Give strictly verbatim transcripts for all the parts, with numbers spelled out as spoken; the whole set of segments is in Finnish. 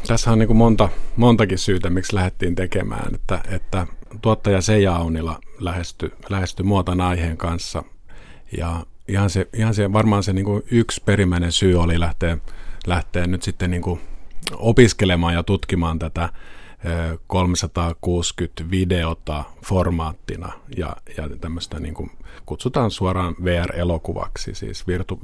tässä on niin kuin monta, montakin syytä, miksi lähdettiin tekemään, että, että tuottaja Seija Aunila lähestyi, lähestyi mua tämän aiheen kanssa, ja ihan se, ihan se varmaan se niin kuin yksi perimmäinen syy oli lähteä, lähteä nyt sitten niin kuin opiskelemaan ja tutkimaan tätä kolmesataakuusikymmentä videota formaattina ja, ja tämmöistä niin kuin kutsutaan suoraan V R-elokuvaksi, siis virtu,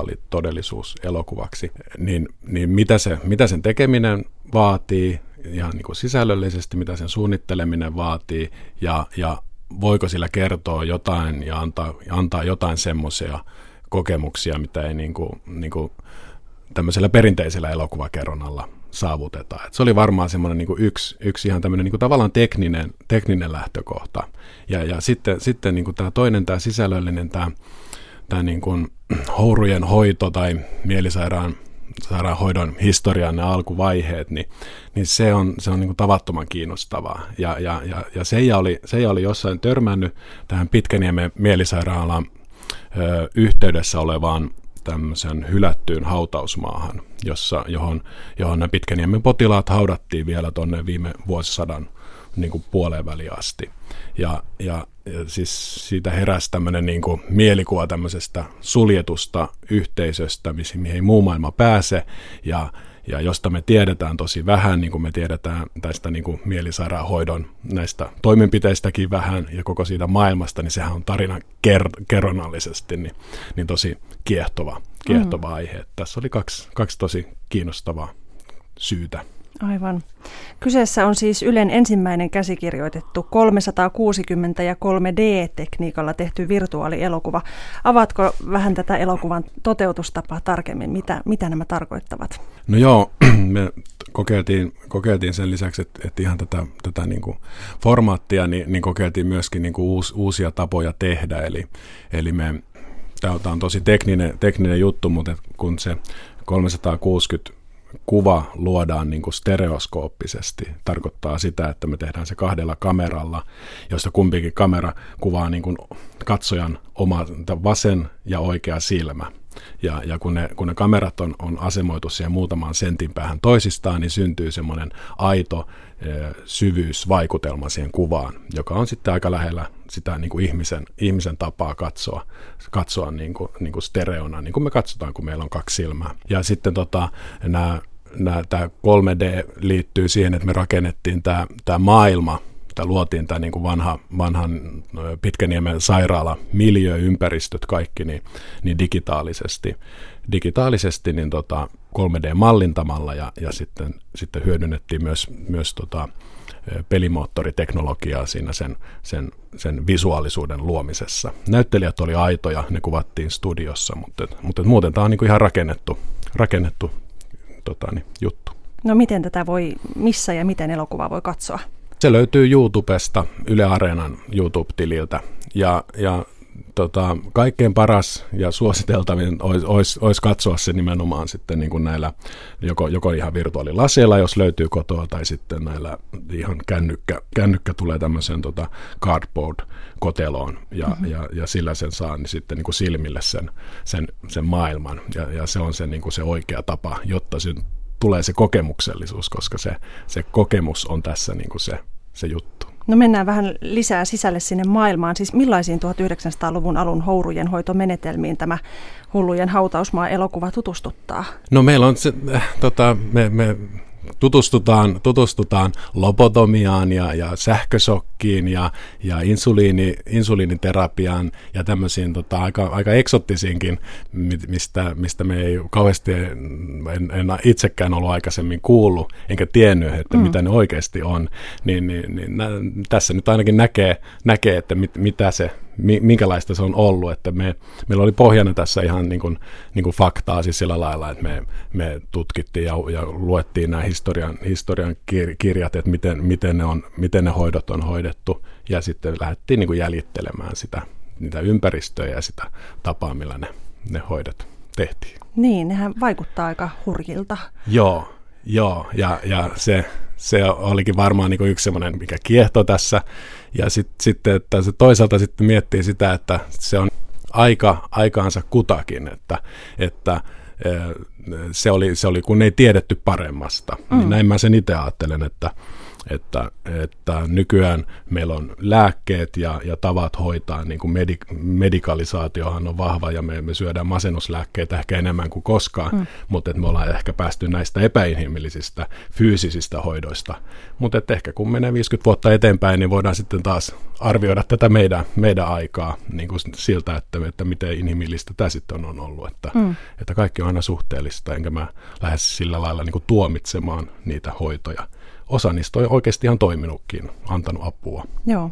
virtuaalitodellisuuselokuvaksi, niin, niin mitä, se, mitä sen tekeminen vaatii ihan niin kuin sisällöllisesti, mitä sen suunnitteleminen vaatii ja, ja voiko sillä kertoa jotain ja antaa, antaa jotain semmoisia kokemuksia, mitä ei niin kuin, niin kuin tämmöisellä perinteisellä elokuvakerronnalla saavutetaan. Et se oli varmaan semmoinen niin kuin yksi, yksi ihan tämmöinen niin kuin tavallaan tekninen, tekninen lähtökohta. Ja, ja sitten, sitten niin kuin tämä toinen, tämä sisällöllinen, tämä, tämä niin kuin hourujen hoito tai mielisairaan sairaanhoidon historian ne alkuvaiheet, niin, niin se on, se on niin kuin tavattoman kiinnostavaa. Ja, ja, ja, ja Seija oli, Seija oli jossain törmännyt tähän Pitkäniemen mielisairaalan ö, yhteydessä olevaan tämmöisen hylättyyn hautausmaahan, jossa, johon, johon nämä Pitkäniemen potilaat haudattiin vielä tuonne viime vuosisadan niin kuin puoleen väliin asti. Ja, ja, ja siis siitä heräsi tämmöinen niin kuin mielikuva tämmöisestä suljetusta yhteisöstä, mihin ei muu maailma pääse, ja, ja josta me tiedetään tosi vähän, niin kuin me tiedetään tästä niin kuin mielisairaanhoidon näistä toimenpiteistäkin vähän, ja koko siitä maailmasta, niin sehän on tarina ker- kerronnallisesti niin, niin tosi kiehtova, kiehtova mm. aihe. Tässä oli kaksi, kaksi tosi kiinnostavaa syytä. Aivan. Kyseessä on siis Ylen ensimmäinen käsikirjoitettu kolmesataakuusikymmentä ja kolme D-tekniikalla tehty virtuaalielokuva. Avaatko vähän tätä elokuvan toteutustapaa tarkemmin? Mitä, mitä nämä tarkoittavat? No joo, me kokeiltiin, kokeiltiin sen lisäksi, että, että ihan tätä, tätä niin kuin formaattia, niin, niin kokeiltiin myöskin niin kuin uus, uusia tapoja tehdä. Eli, eli me, tämä on tosi tekninen, tekninen juttu, mutta kun se kolmesataakuusikymmentä kuva luodaan niin kuin stereoskooppisesti. Tarkoittaa sitä, että me tehdään se kahdella kameralla, josta kumpikin kamera kuvaa niin kuin katsojan oma vasen ja oikea silmä. Ja, ja kun, ne, kun ne kamerat on, on asemoitu siihen muutaman sentin päähän toisistaan, niin syntyy semmoinen aito e, syvyysvaikutelma siihen kuvaan, joka on sitten aika lähellä sitä niin kuin ihmisen, ihmisen tapaa katsoa, katsoa niin kuin, niin kuin stereona, niin kuin me katsotaan, kun meillä on kaksi silmää. Ja sitten tota, nämä, nämä, tämä kolme D liittyy siihen, että me rakennettiin tämä, tämä maailma, luotiin tämä niin kuin vanha, vanhan Pitkäniemen sairaala, miljööympäristöt kaikki niin, niin digitaalisesti, digitaalisesti niin tota kolme D-mallintamalla ja, ja sitten, sitten hyödynnettiin myös, myös tota pelimoottoriteknologiaa siinä sen, sen, sen visuaalisuuden luomisessa. Näyttelijät oli aitoja, ne kuvattiin studiossa, mutta, mutta muuten tämä on niin kuin ihan rakennettu, rakennettu tota, niin, juttu. No miten tätä voi, missä ja miten elokuvaa voi katsoa? Se löytyy YouTubesta, Yle Areenan YouTube-tililtä, ja, ja tota, kaikkein paras ja suositeltavin olisi, olisi, olisi katsoa se nimenomaan sitten niin kuin näillä, joko, joko ihan virtuaalilaseilla, jos löytyy kotoa, tai sitten näillä ihan kännykkä, kännykkä tulee tämmöiseen tota cardboard-koteloon, ja, mm-hmm. ja, ja sillä sen saa niin sitten niin kuin silmille sen, sen, sen maailman, ja, ja se on se, niin kuin se oikea tapa, jotta se tulee se kokemuksellisuus, koska se, se kokemus on tässä niin kuin se, se juttu. No mennään vähän lisää sisälle sinne maailmaan. Siis millaisiin tuhatyhdeksänsataaluvun alun hourujen hoitomenetelmiin tämä Hullujen hautausmaa-elokuva tutustuttaa? No meillä on se, äh, tota, me, me tutustutaan, tutustutaan lobotomiaan ja, ja sähkösokkiin ja, ja insuliini, insuliiniterapiaan ja tämmöisiin tota, aika, aika eksottisiinkin, mistä, mistä me ei kauheasti, en, en itsekään ollut aikaisemmin kuullut, enkä tiennyt, että mm. mitä ne oikeasti on. Niin, niin, niin nä, tässä nyt ainakin näkee, näkee että mit, mitä se, minkälaista se on ollut, että me, meillä oli pohjana tässä ihan niin kuin, niin kuin faktaa siis sillä lailla, että me, me tutkittiin ja, ja luettiin nämä historian, historian kir, kirjat, että miten, miten, ne on, miten ne hoidot on hoidettu, ja sitten lähdettiin niin kuin jäljittelemään sitä, niitä ympäristöjä ja sitä tapaa, millä ne, ne hoidot tehtiin. Niin, nehän vaikuttaa aika hurjilta. Joo, joo ja, ja se... Se olikin varmaan niin kuin yksi semmoinen, mikä kiehtoo tässä. Ja sitten, sit, että se toisaalta sitten miettii sitä, että se on aika aikaansa kutakin, että, että se oli, se oli kun ei tiedetty paremmasta. Mm. Niin näin mä sen itse ajattelen, että Että, että nykyään meillä on lääkkeet ja, ja tavat hoitaa, niin kuin medik, medikalisaatiohan on vahva ja me, me syödään masennuslääkkeitä ehkä enemmän kuin koskaan, mm. mutta me ollaan ehkä päästy näistä epäinhimillisistä fyysisistä hoidoista. Mutta ehkä kun menee viisikymmentä vuotta eteenpäin, niin voidaan sitten taas arvioida tätä meidän, meidän aikaa niin kuin siltä, että, että miten inhimillistä tämä sitten on ollut. Että, mm. että kaikki on aina suhteellista, enkä mä lähde sillä lailla niin kuin tuomitsemaan niitä hoitoja. Osa niistä on oikeasti ihan toiminutkin, antanut apua. Joo.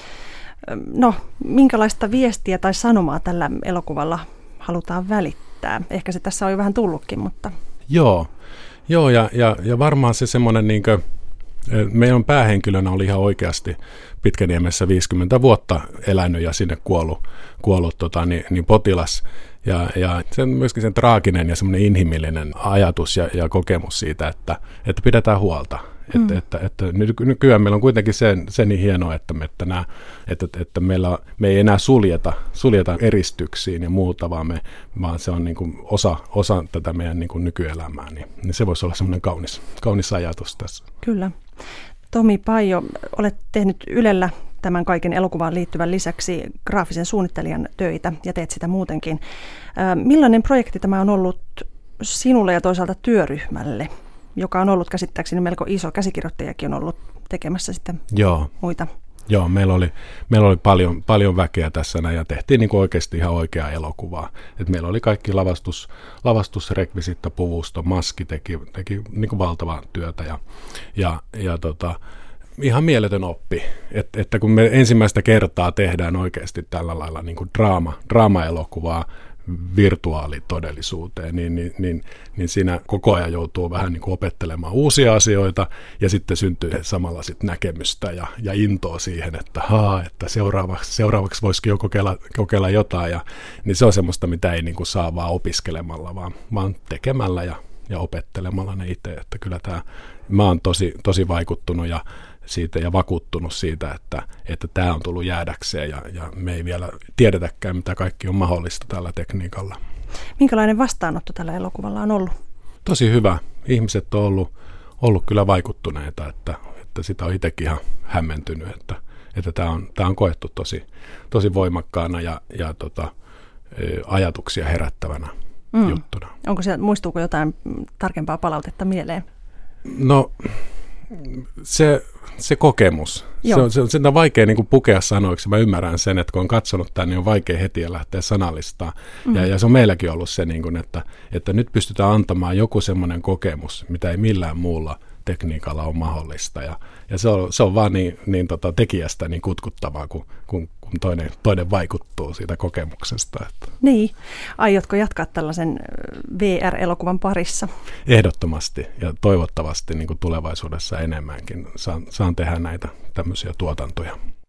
No, minkälaista viestiä tai sanomaa tällä elokuvalla halutaan välittää? Ehkä se tässä on jo vähän tullutkin, mutta... Joo, Joo ja, ja, ja varmaan se semmoinen, niin kuin, meidän päähenkilönä oli ihan oikeasti Pitkäniemessä viisikymmentä vuotta elänyt ja sinne kuollut, kuollut tota, niin, niin potilas. Ja, ja se on myöskin sen traaginen ja semmoinen inhimillinen ajatus ja, ja kokemus siitä, että, että pidetään huolta. Mm. Että, että, että nykyään meillä on kuitenkin se, se niin hienoa, että, me, että, nämä, että, että meillä, me ei enää suljeta, suljeta eristyksiin ja muuta, vaan, me, vaan se on niin kuin osa, osa tätä meidän niin kuin nykyelämää. Niin, niin se voisi olla semmoinen kaunis, kaunis ajatus tässä. Kyllä. Tomi Paijo, olet tehnyt Ylellä tämän kaiken elokuvaan liittyvän lisäksi graafisen suunnittelijan töitä ja teet sitä muutenkin. Millainen projekti tämä on ollut sinulle ja toisaalta työryhmälle, joka on ollut käsittääkseni melko iso, käsikirjoittajakin on ollut tekemässä sitten Joo. muita? Joo, meillä oli, meillä oli paljon, paljon väkeä tässä näin ja tehtiin niin kuin oikeasti ihan oikeaa elokuvaa. Et meillä oli kaikki lavastus, lavastusrekvisitta, puvusto, maski teki, teki niin kuin valtavaa työtä ja, ja, ja tota, ihan mieletön oppi, Et, että kun me ensimmäistä kertaa tehdään oikeasti tällä lailla niin kuin draama, draama-elokuvaa virtuaalitodellisuuteen, niin, niin, niin, niin siinä koko ajan joutuu vähän niin kuin opettelemaan uusia asioita ja sitten syntyy samalla sit näkemystä ja, ja intoa siihen, että, haa, että seuraavaksi, seuraavaksi voisikin jo kokeilla, kokeilla jotain. Ja, niin se on semmoista, mitä ei niin kuin saa vaan opiskelemalla, vaan, vaan tekemällä ja, ja opettelemalla ne itse. Että kyllä tämä, mä oon tosi, tosi vaikuttunut ja siitä ja vakuuttunut siitä, että, että tämä on tullut jäädäkseen ja, ja me ei vielä tiedetäkään, mitä kaikki on mahdollista tällä tekniikalla. Minkälainen vastaanotto tällä elokuvalla on ollut? Tosi hyvä. Ihmiset on ollut, ollut kyllä vaikuttuneita, että, että sitä on itsekin ihan hämmentynyt, että, että tämä on, tämä on koettu tosi, tosi voimakkaana ja, ja tota, ajatuksia herättävänä mm. juttuna. Onko se, muistuuko jotain tarkempaa palautetta mieleen? No... Se, se kokemus, se on, se on, se on vaikea niin kuin pukea sanoiksi. Mä ymmärrän sen, että kun on katsonut tämän, niin on vaikea heti lähteä sanallistaan. Mm. Ja, ja se on meilläkin ollut se, niin kuin, että, että nyt pystytään antamaan joku semmoinen kokemus, mitä ei millään muulla tekniikalla ole mahdollista. Ja, ja se on, se on vaan niin, niin tota, tekijästä niin kutkuttavaa, kun, kun, kun toinen, toinen vaikuttuu siitä kokemuksesta. Että. Niin. Aiotko jatkaa tällaisen V R-elokuvan parissa? Ehdottomasti ja toivottavasti niin kuin tulevaisuudessa enemmänkin saan, saan tehdä näitä tämmöisiä tuotantoja.